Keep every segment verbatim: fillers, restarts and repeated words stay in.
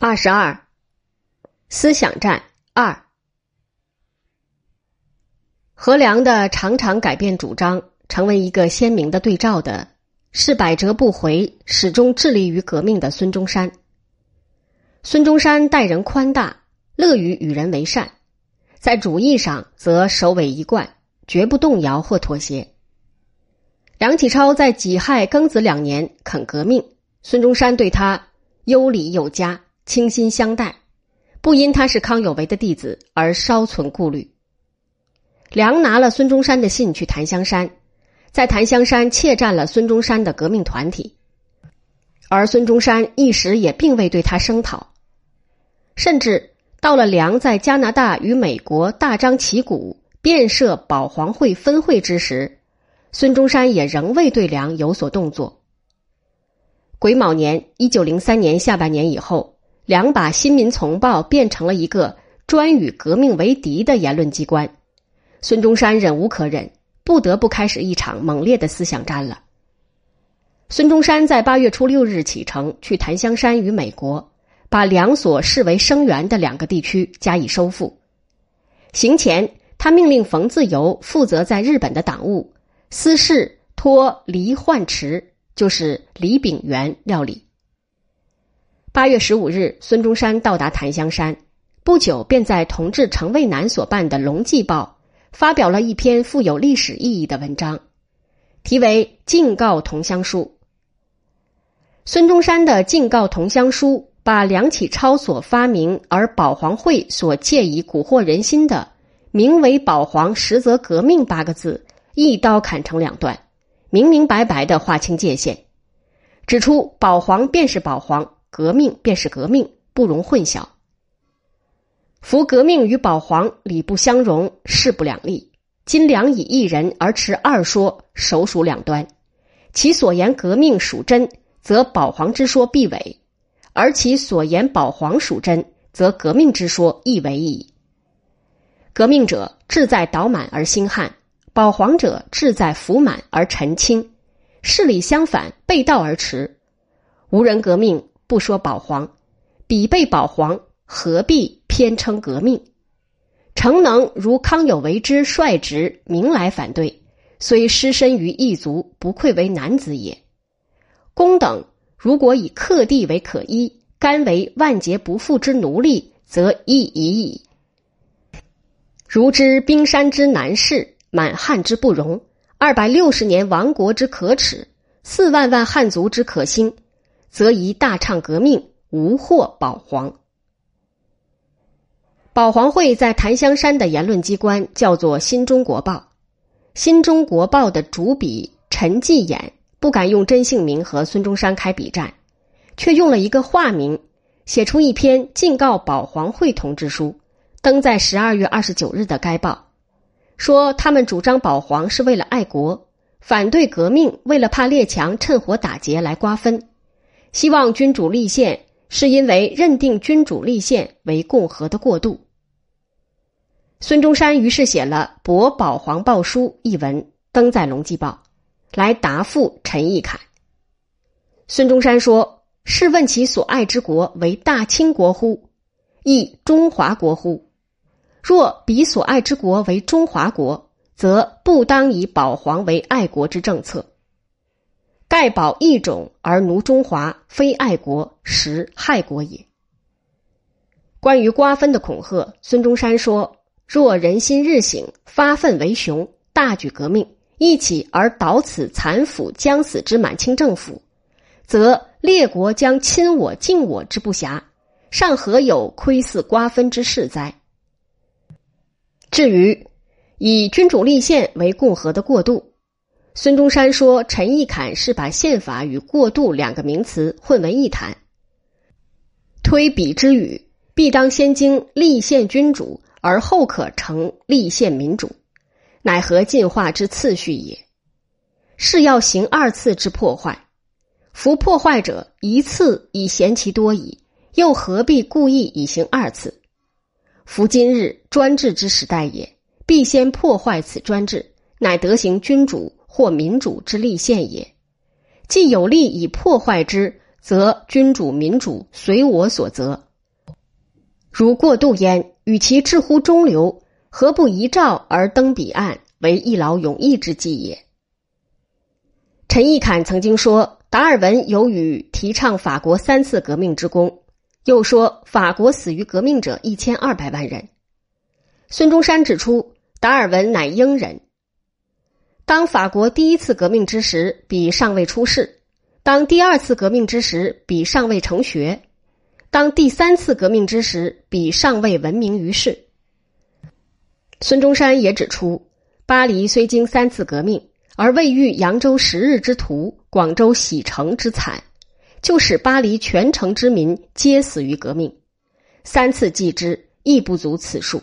二十二，思想战二。何良的常常改变主张，成为一个鲜明的对照的，是百折不回、始终致力于革命的孙中山。孙中山待人宽大，乐于与人为善，在主义上则首尾一贯，绝不动摇或妥协。梁启超在己亥庚子两年肯革命，孙中山对他优礼有加，倾心相待，不因他是康有为的弟子而稍存顾虑。梁拿了孙中山的信去檀香山，在檀香山窃占了孙中山的革命团体，而孙中山一时也并未对他声讨，甚至到了梁在加拿大与美国大张旗鼓遍设保皇会分会之时，孙中山也仍未对梁有所动作。癸卯年一九零三年下半年以后，梁把新民丛报变成了一个专与革命为敌的言论机关，孙中山忍无可忍，不得不开始一场猛烈的思想战了。孙中山在八月初六日启程去檀香山与美国，把梁所视为生源的两个地区加以收复。行前，他命令冯自由负责在日本的党务，私事托黎焕池，就是李炳元料理。八月十五日，孙中山到达檀香山，不久便在同治程渭南所办的《龙记报》发表了一篇富有历史意义的文章，题为《敬告同乡书》。孙中山的《敬告同乡书》把梁启超所发明而保皇会所借以蛊惑人心的名为保皇实则革命八个字一刀砍成两段，明明白白地划清界限，指出保皇便是保皇，革命便是革命，不容混淆。夫革命与保皇理不相容，势不两立，今梁以一人而持二说，首属两端。其所言革命属真，则保皇之说必伪；而其所言保皇属真，则革命之说亦伪矣。革命者志在倒满而兴汉，保皇者志在服满而陈清，事理相反，背道而驰。无人革命，不说保皇，彼被保皇，何必偏称革命？诚能如康有为之率直，明来反对，虽失身于异族，不愧为男子也。公等如果以克地为可依，甘为万劫不复之奴隶，则亦已矣。如知冰山之难事，满汉之不容，二百六十年亡国之可耻，四万万汉族之可兴，则宜大倡革命，无惑保皇。保皇会在檀香山的言论机关叫做新中国报，新中国报的主笔陈继衍不敢用真姓名和孙中山开笔战，却用了一个化名，写出一篇敬告保皇会同志书，登在十二月二十九日的该报，说他们主张保皇是为了爱国，反对革命为了怕列强趁火打劫来瓜分，希望君主立宪是因为认定君主立宪为共和的过渡。孙中山于是写了《驳保皇报书》一文，登在《龙记报》，来答复陈义侃。孙中山说：试问其所爱之国为大清国乎？亦中华国乎？若彼所爱之国为中华国，则不当以保皇为爱国之政策。盖保一种而奴中华，非爱国，实害国也。关于瓜分的恐吓，孙中山说：若人心日醒，发愤为雄，大举革命，一起而倒此残腐将死之满清政府，则列国将亲我敬我之不暇，尚何有窥伺瓜分之事哉？至于以君主立宪为共和的过渡，孙中山说陈义侃是把宪法与过渡两个名词混为一谈，推彼之语，必当先经立宪君主，而后可成立宪民主，乃合进化之次序也。是要行二次之破坏，夫破坏者一次已嫌其多矣，又何必故意以行二次？夫今日专制之时代也，必先破坏此专制，乃得行君主或民主之立宪也。既有力以破坏之，则君主民主随我所择， 如过渡焉，与其置乎中流，何不一照而登彼岸，为一劳永逸之计也。陈义侃曾经说，达尔文有与提倡法国三次革命之功，又说法国死于革命者一千二百万人。孙中山指出，达尔文乃英人。当法国第一次革命之时，彼尚未出世；当第二次革命之时，彼尚未成学；当第三次革命之时，彼尚未闻名于世。孙中山也指出，巴黎虽经三次革命，而未遇扬州十日之屠，广州洗城之惨，就使巴黎全城之民皆死于革命。三次计之，亦不足此数。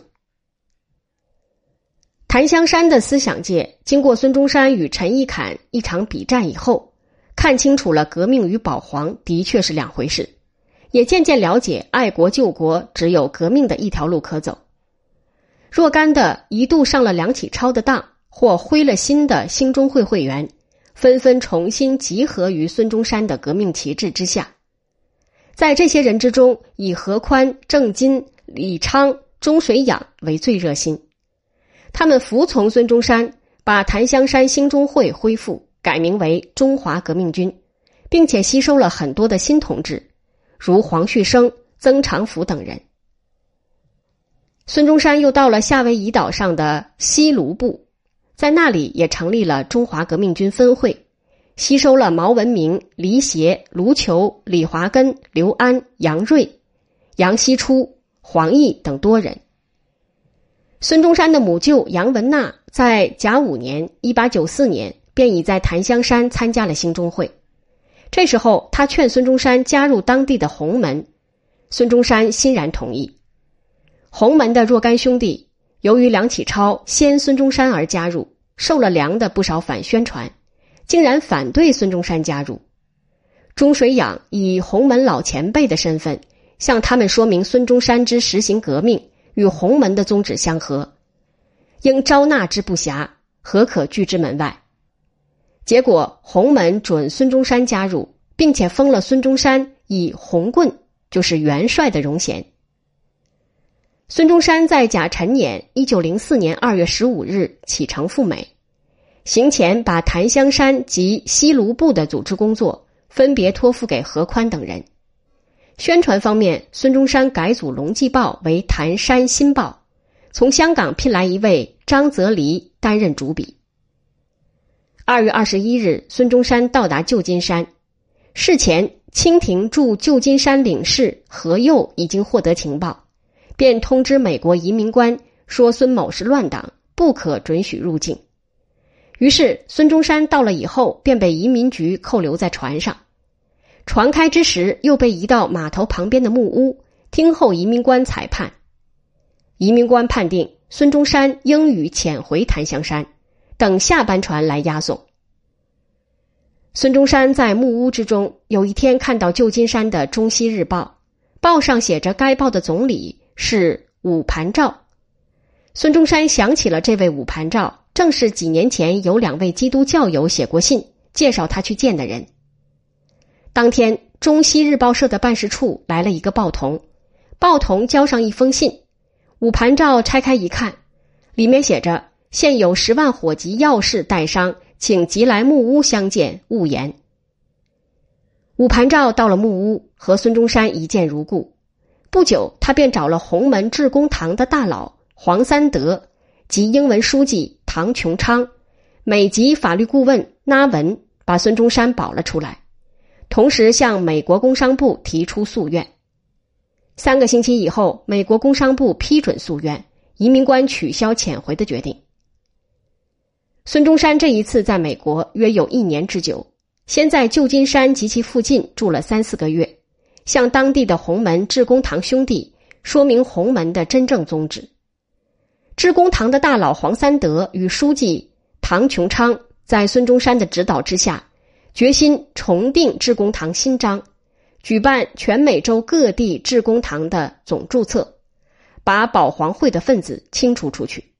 檀香山的思想界经过孙中山与陈义侃一场笔战以后，看清楚了革命与保皇的确是两回事，也渐渐了解爱国救国只有革命的一条路可走。若干的一度上了梁启超的当或灰了心的兴中会会员，纷纷重新集合于孙中山的革命旗帜之下。在这些人之中，以何宽、郑经、李昌、钟水养为最热心。他们服从孙中山，把檀香山兴中会恢复，改名为中华革命军，并且吸收了很多的新同志，如黄旭升、曾长福等人。孙中山又到了夏威夷岛上的西卢部，在那里也成立了中华革命军分会，吸收了毛文明、黎协、卢球、李华根、刘安、杨锐、杨锡初、黄毅等多人。孙中山的母舅杨文娜在甲午年一八九四年便已在檀香山参加了兴中会。这时候他劝孙中山加入当地的洪门，孙中山欣然同意。洪门的若干兄弟由于梁启超先孙中山而加入，受了梁的不少反宣传，竟然反对孙中山加入。钟水养以洪门老前辈的身份向他们说明孙中山之实行革命与洪门的宗旨相合，应招纳之不暇，何可拒之门外。结果洪门准孙中山加入，并且封了孙中山以红棍，就是元帅的荣衔。孙中山在甲辰年一九零四年二月十五日启程赴美，行前把檀香山及西卢部的组织工作分别托付给何宽等人。宣传方面，孙中山改组《龙记报》为《檀山新报》，从香港聘来一位张泽黎担任主笔。二月二十一日，孙中山到达旧金山。事前，清廷驻旧金山领事何佑已经获得情报，便通知美国移民官说孙某是乱党，不可准许入境。于是孙中山到了以后，便被移民局扣留在船上。船开之时，又被移到码头旁边的木屋，听候移民官裁判。移民官判定孙中山应予遣回檀香山，等下班船来押送。孙中山在木屋之中，有一天看到旧金山的《中西日报》，报上写着该报的总理是武盘照。孙中山想起了这位武盘照，正是几年前有两位基督教友写过信介绍他去见的人。当天，中西日报社的办事处来了一个报童，报童交上一封信，武盘照拆开一看，里面写着：现有十万火急要事待商，请即来木屋相见，勿言。武盘照到了木屋，和孙中山一见如故。不久，他便找了洪门致公堂的大佬黄三德及英文书记唐琼昌、美籍法律顾问拉文，把孙中山保了出来。同时向美国工商部提出诉愿。三个星期以后，美国工商部批准诉愿，移民官取消遣回的决定。孙中山这一次在美国约有一年之久，先在旧金山及其附近住了三四个月，向当地的洪门致公堂兄弟说明洪门的真正宗旨。致公堂的大佬黄三德与书记唐琼昌在孙中山的指导之下，决心重定致公堂新章，举办全美洲各地致公堂的总注册，把保皇会的分子清除出去。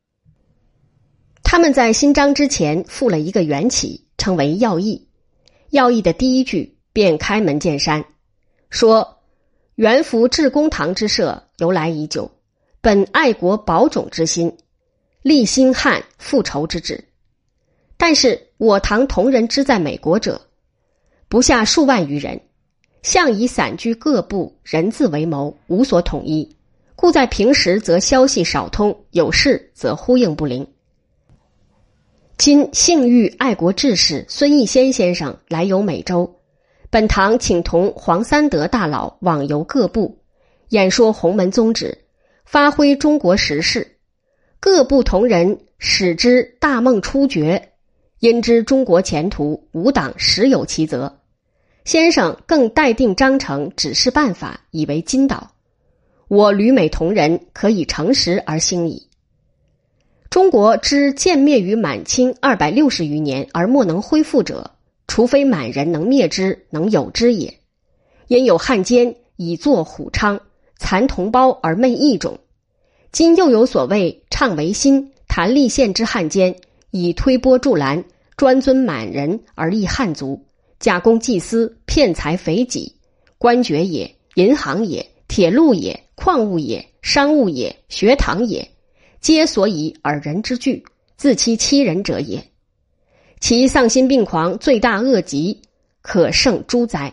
他们在新章之前附了一个缘起，称为要义。要义的第一句便开门见山，说元服致公堂之社由来已久，本爱国保种之心，立新汉复仇之志。但是我唐同人之在美国者，不下数万余人，向以散居各部，人自为谋，无所统一，故在平时则消息少通，有事则呼应不灵。今幸遇爱国志士孙逸仙先生来游美洲，本堂请同黄三德大佬往游各部，演说洪门宗旨，发挥中国时事。各部同仁使之大梦初觉，因知中国前途，吾党实有其责。先生更待定章程指示办法，以为今导。我旅美同仁可以诚实而兴矣。中国之见灭于满清二百六十余年而莫能恢复者，除非满人能灭之，能有之也。因有汉奸以作虎昌，残同胞而媚异种。今又有所谓倡维新、谭立宪之汉奸，以推波助澜，专尊满人而抑汉族，假公济私，骗财肥己，官爵也，银行也，铁路也，矿物也，商务也，学堂也，皆所以尔人之惧，自欺欺人者也。其丧心病狂，罪大恶极，可胜诸灾。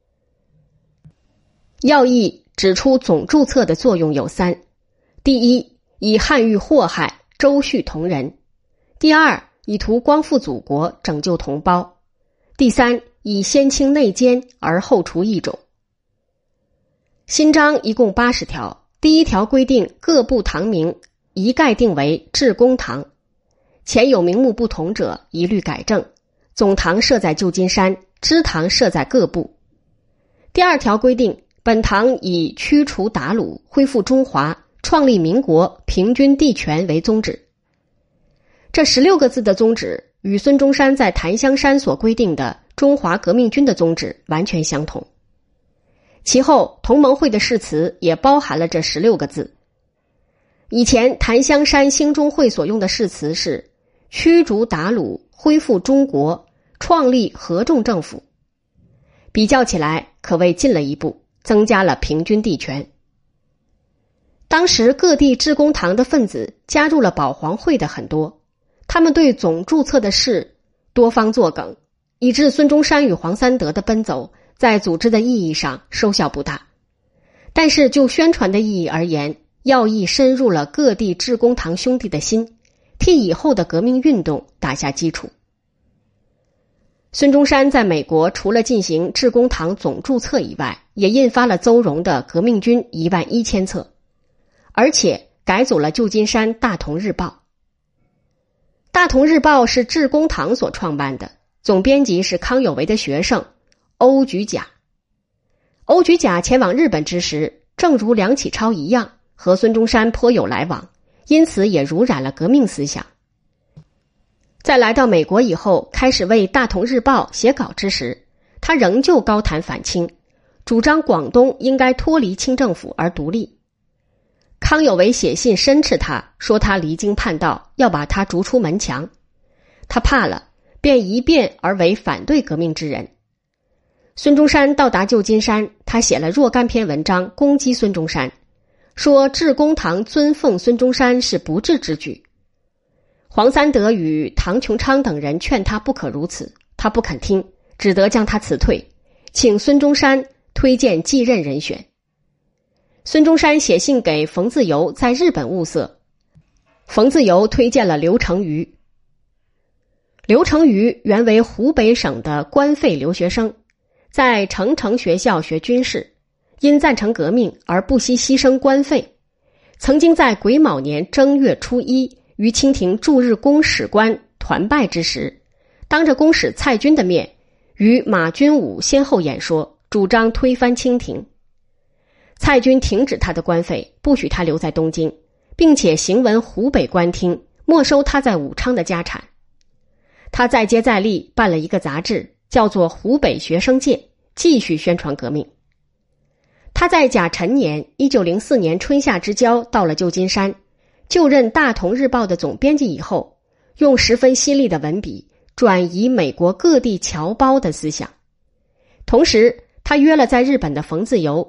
要义指出总注册的作用有三：第一，以汉喻祸害，周续同人；第二，以图光复祖国，拯救同胞；第三，以先清内奸而后除异种。新章一共八十条，第一条规定各部堂名一概定为致公堂，前有名目不同者一律改正，总堂设在旧金山，支堂设在各部。第二条规定本堂以驱除鞑虏，恢复中华，创立民国，平均地权为宗旨。这十六个字的宗旨与孙中山在檀香山所规定的中华革命军的宗旨完全相同。其后同盟会的誓词也包含了这十六个字。以前檀香山兴中会所用的誓词是驱逐鞑虏，恢复中国，创立合众政府。比较起来可谓进了一步，增加了平均地权。当时各地致公堂的分子加入了保皇会的很多，他们对总注册的事多方作梗，以致孙中山与黄三德的奔走在组织的意义上收效不大。但是就宣传的意义而言，要义深入了各地致公堂兄弟的心，替以后的革命运动打下基础。孙中山在美国除了进行致公堂总注册以外，也印发了邹容的《革命军一万一千册》，而且改组了旧金山大同日报。大同日报是致公堂所创办的，总编辑是康有为的学生欧举甲。欧举甲前往日本之时，正如梁启超一样，和孙中山颇有来往，因此也濡染了革命思想。在来到美国以后，开始为大同日报写稿之时，他仍旧高谈反清，主张广东应该脱离清政府而独立。康有为写信申斥他，说他离经叛道，要把他逐出门墙。他怕了，便一变而为反对革命之人。孙中山到达旧金山，他写了若干篇文章攻击孙中山，说致公堂尊奉孙中山是不智之举。黄三德与唐琼昌等人劝他不可如此，他不肯听，只得将他辞退，请孙中山推荐继任人选。孙中山写信给冯自由在日本物色，冯自由推荐了刘成瑜。刘成瑜原为湖北省的官费留学生，在成城学校学军事，因赞成革命而不惜牺牲官费，曾经在癸卯年正月初一于清廷驻日公使官团拜之时，当着公使蔡军的面，与马君武先后演说，主张推翻清廷。蔡军停止他的官费，不许他留在东京，并且行文湖北官厅，没收他在武昌的家产。他再接再厉，办了一个杂志，叫做《湖北学生界》，继续宣传革命。他在甲辰年一九零四年春夏之交到了旧金山，就任大同日报的总编辑以后，用十分犀利的文笔转移美国各地侨胞的思想。同时他约了在日本的冯自由，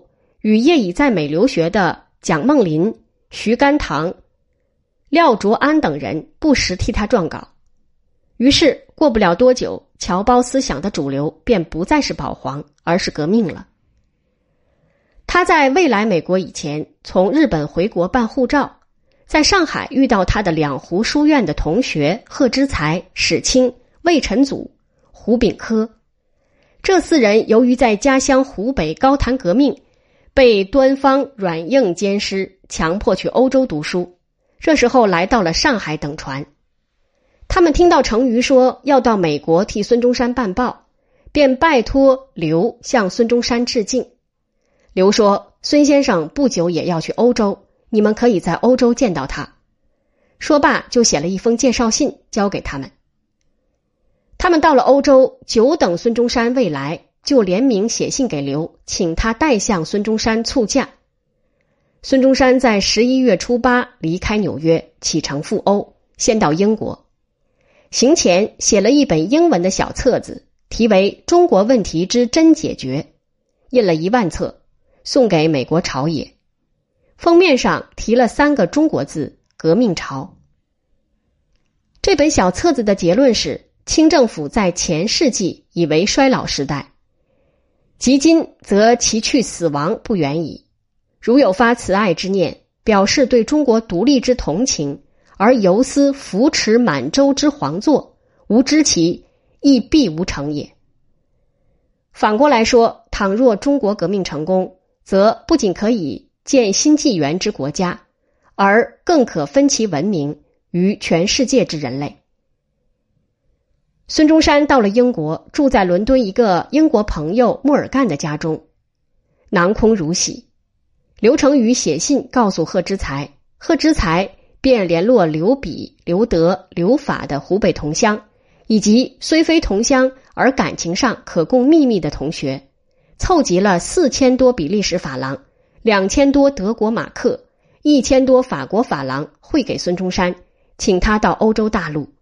与业已在美留学的蒋梦麟、徐甘堂、廖卓安等人不时替他撰稿。于是过不了多久，侨胞思想的主流便不再是保皇，而是革命了。他在未来美国以前，从日本回国办护照，在上海遇到他的两湖书院的同学贺知才、史清、魏晨祖、胡炳科。这四人由于在家乡湖北高谈革命，被端方软硬兼施，强迫去欧洲读书。这时候来到了上海等船。他们听到程瑜说要到美国替孙中山办报，便拜托刘向孙中山致敬。刘说，孙先生不久也要去欧洲，你们可以在欧洲见到他。说罢就写了一封介绍信交给他们。他们到了欧洲，久等孙中山未来，就联名写信给刘，请他代向孙中山促驾。孙中山在十一月初八离开纽约，启程赴欧，先到英国。行前写了一本英文的小册子，题为《中国问题之真解决》，印了一万册，送给美国朝野。封面上提了三个中国字：革命潮。这本小册子的结论是，清政府在前世纪已为衰老时代，及今则其去死亡不远矣。如有发慈爱之念，表示对中国独立之同情，而游思扶持满洲之皇座，吾知其亦必无成也。反过来说，倘若中国革命成功，则不仅可以建新纪元之国家，而更可分其文明于全世界之人类。孙中山到了英国，住在伦敦一个英国朋友莫尔干的家中，囊空如洗。刘成瑜写信告诉贺知才，贺知才便联络刘笔、刘德、刘法的湖北同乡，以及虽非同乡而感情上可供秘密的同学，凑集了四千多比利时法郎、两千多德国马克、一千多法国法郎汇给孙中山，请他到欧洲大陆。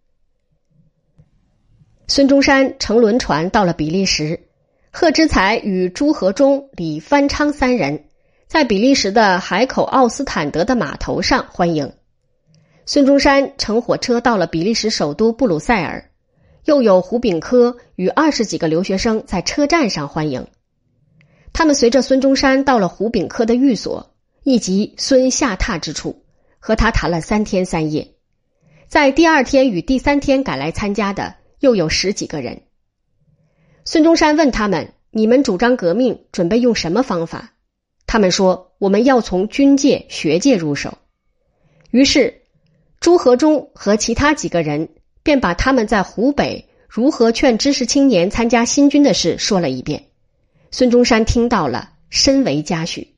孙中山乘轮船到了比利时，贺知才与朱和忠、李藩昌三人在比利时的海口奥斯坦德的码头上欢迎。孙中山乘火车到了比利时首都布鲁塞尔，又有胡炳科与二十几个留学生在车站上欢迎。他们随着孙中山到了胡炳科的寓所，以及孙下榻之处，和他谈了三天三夜。在第二天与第三天赶来参加的又有十几个人。孙中山问他们，你们主张革命，准备用什么方法？他们说，我们要从军界、学界入手。于是朱和忠和其他几个人便把他们在湖北如何劝知识青年参加新军的事说了一遍。孙中山听到了，深为嘉许。